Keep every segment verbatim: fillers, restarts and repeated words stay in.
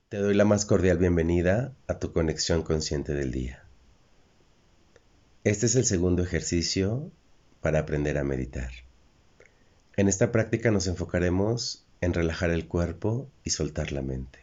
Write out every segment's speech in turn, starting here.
Te doy la más cordial bienvenida a tu conexión consciente del día. Este es el segundo ejercicio para aprender a meditar. En esta práctica nos enfocaremos en relajar el cuerpo y soltar la mente.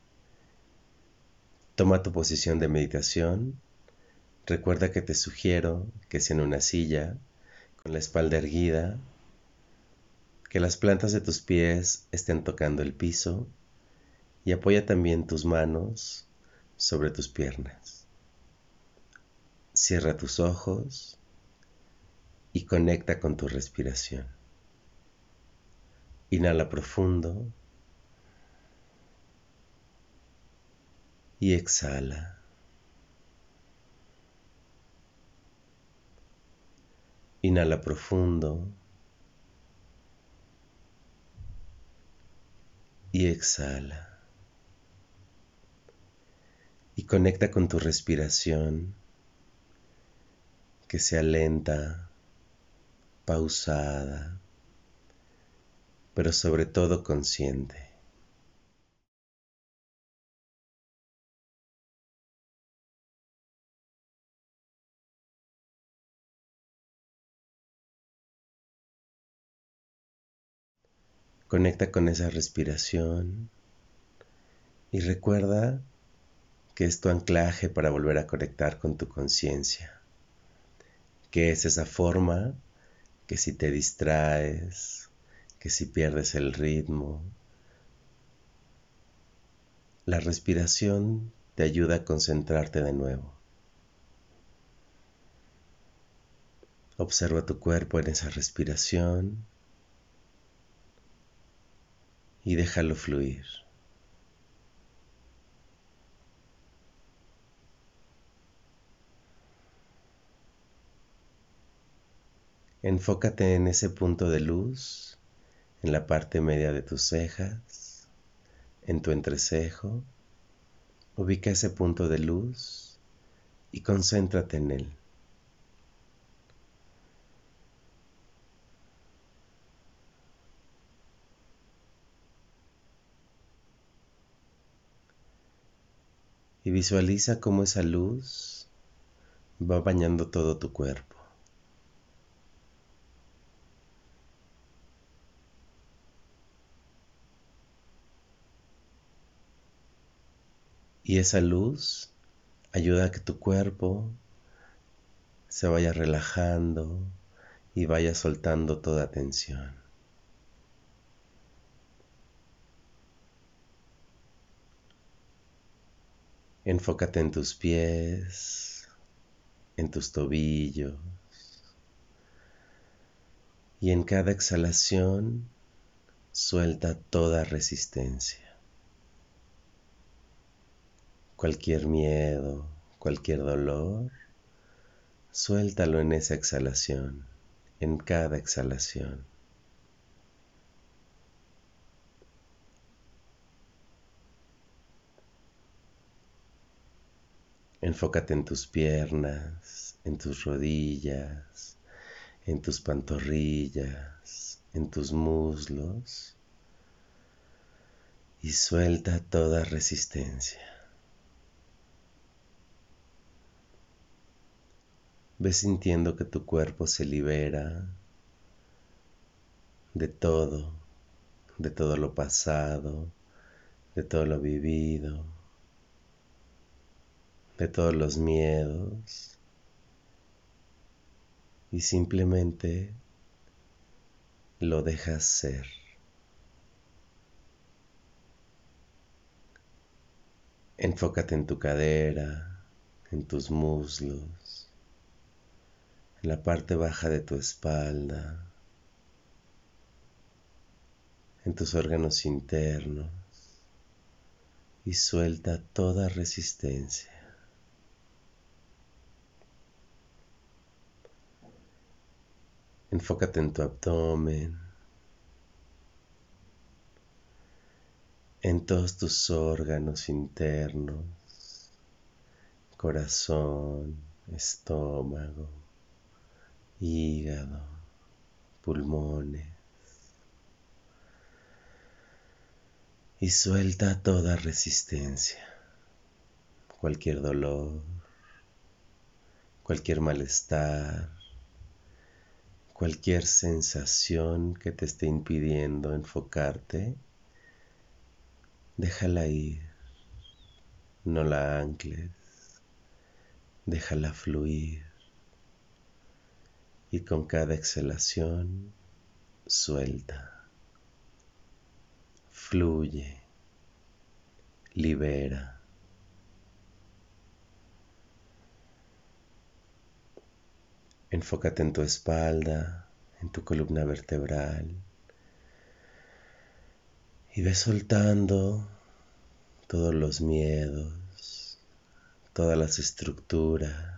Toma tu posición de meditación. Recuerda que te sugiero que sea en una silla, con la espalda erguida, que las plantas de tus pies estén tocando el piso y apoya también tus manos sobre tus piernas. Cierra tus ojos y conecta con tu respiración. Inhala profundo y exhala. Inhala profundo y exhala. Y conecta con tu respiración, que sea lenta, pausada, pero sobre todo consciente. Conecta con esa respiración y recuerda que es tu anclaje para volver a conectar con tu conciencia, que es esa forma que si te distraes, que si pierdes el ritmo, la respiración te ayuda a concentrarte de nuevo. Observa tu cuerpo en esa respiración y déjalo fluir. Enfócate en ese punto de luz, en la parte media de tus cejas, en tu entrecejo. Ubica ese punto de luz y concéntrate en él. Y visualiza cómo esa luz va bañando todo tu cuerpo. Y esa luz ayuda a que tu cuerpo se vaya relajando y vaya soltando toda tensión. Enfócate en tus pies, en tus tobillos, y en cada exhalación suelta toda resistencia. Cualquier miedo, cualquier dolor, suéltalo en esa exhalación, en cada exhalación. Enfócate en tus piernas, en tus rodillas, en tus pantorrillas, en tus muslos, y suelta toda resistencia. Ves sintiendo que tu cuerpo se libera de todo, de todo lo pasado, de todo lo vivido, de todos los miedos, y simplemente lo dejas ser. Enfócate en tu cadera, en tus muslos, en la parte baja de tu espalda, en tus órganos internos, y suelta toda resistencia. Enfócate en tu abdomen, en todos tus órganos internos, corazón, estómago, hígado, pulmones, Y suelta toda resistencia, cualquier dolor, cualquier malestar, cualquier sensación que te esté impidiendo enfocarte, déjala ir, no la ancles, déjala fluir y con cada exhalación suelta, fluye, libera. Enfócate en tu espalda, en tu columna vertebral y ve soltando todos los miedos, todas las estructuras,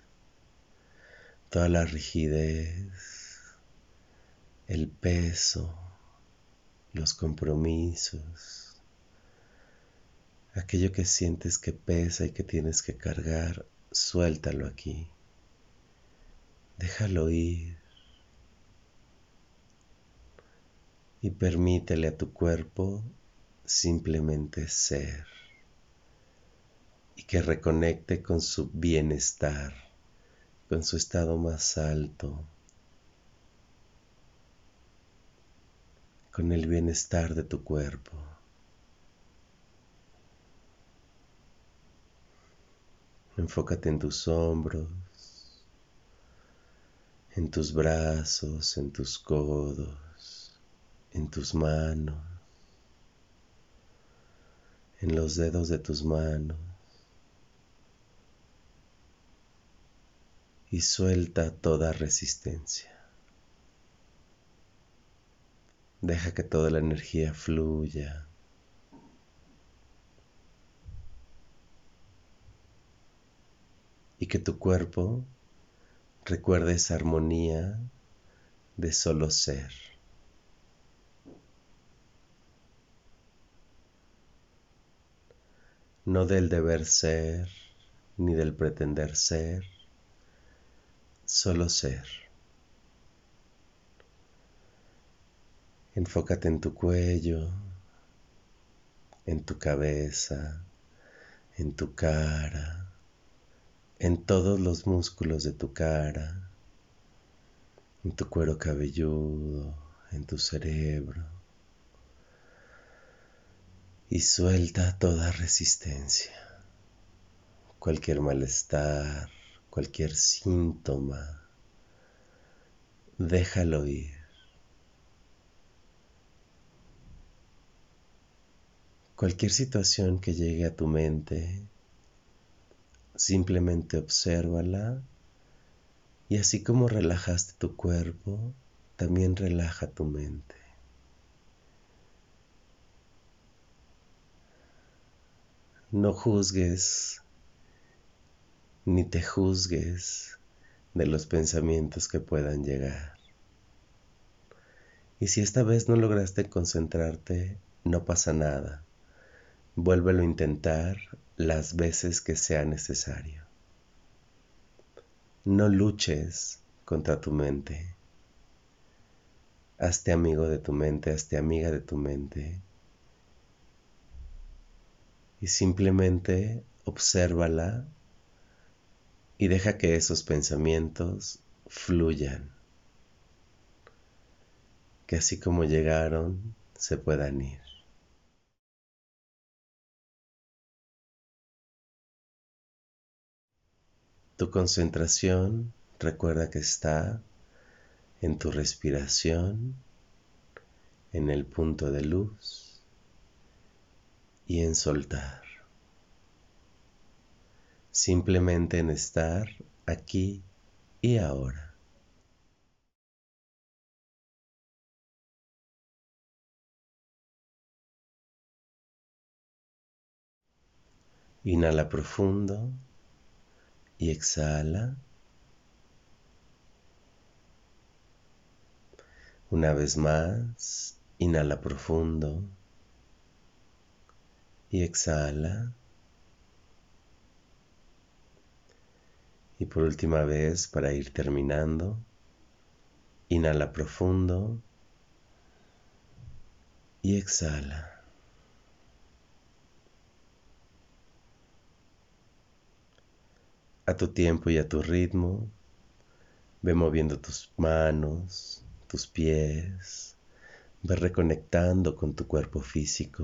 toda la rigidez, el peso, los compromisos, aquello que sientes que pesa y que tienes que cargar, suéltalo aquí. Déjalo ir y permítele a tu cuerpo simplemente ser y que reconecte con su bienestar, con su estado más alto, con el bienestar de tu cuerpo. Enfócate en tus hombros, en tus brazos, en tus codos, en tus manos, en los dedos de tus manos y suelta toda resistencia. Deja que toda la energía fluya. Y que tu cuerpo recuerde esa armonía de solo ser. No del deber ser, ni del pretender ser, solo ser. Enfócate en tu cuello, en tu cabeza, en tu cara, en todos los músculos de tu cara, en tu cuero cabelludo, en tu cerebro. Y suelta toda resistencia, cualquier malestar, cualquier síntoma, déjalo ir. Cualquier situación que llegue a tu mente, simplemente obsérvala y así como relajaste tu cuerpo, también relaja tu mente. No juzgues ni te juzgues de los pensamientos que puedan llegar. Y si esta vez no lograste concentrarte, no pasa nada. Vuélvelo a intentar las veces que sea necesario. No luches contra tu mente. Hazte amigo de tu mente, hazte amiga de tu mente. Y simplemente obsérvala y deja que esos pensamientos fluyan. Que así como llegaron, se puedan ir. Tu concentración, recuerda que está en tu respiración, en el punto de luz y en soltar. Simplemente en estar aquí y ahora. Inhala profundo y exhala. Una vez más, inhala profundo y exhala. Y por última vez, para ir terminando, inhala profundo y exhala. A tu tiempo y a tu ritmo, ve moviendo tus manos, tus pies, ve reconectando con tu cuerpo físico.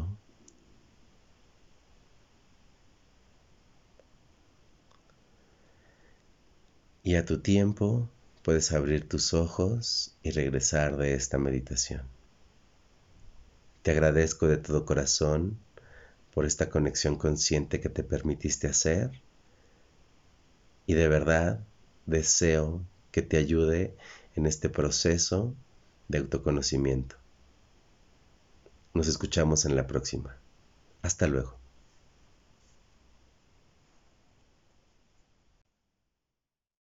Y a tu tiempo puedes abrir tus ojos y regresar de esta meditación. Te agradezco de todo corazón por esta conexión consciente que te permitiste hacer y de verdad deseo que te ayude en este proceso de autoconocimiento. Nos escuchamos en la próxima. Hasta luego.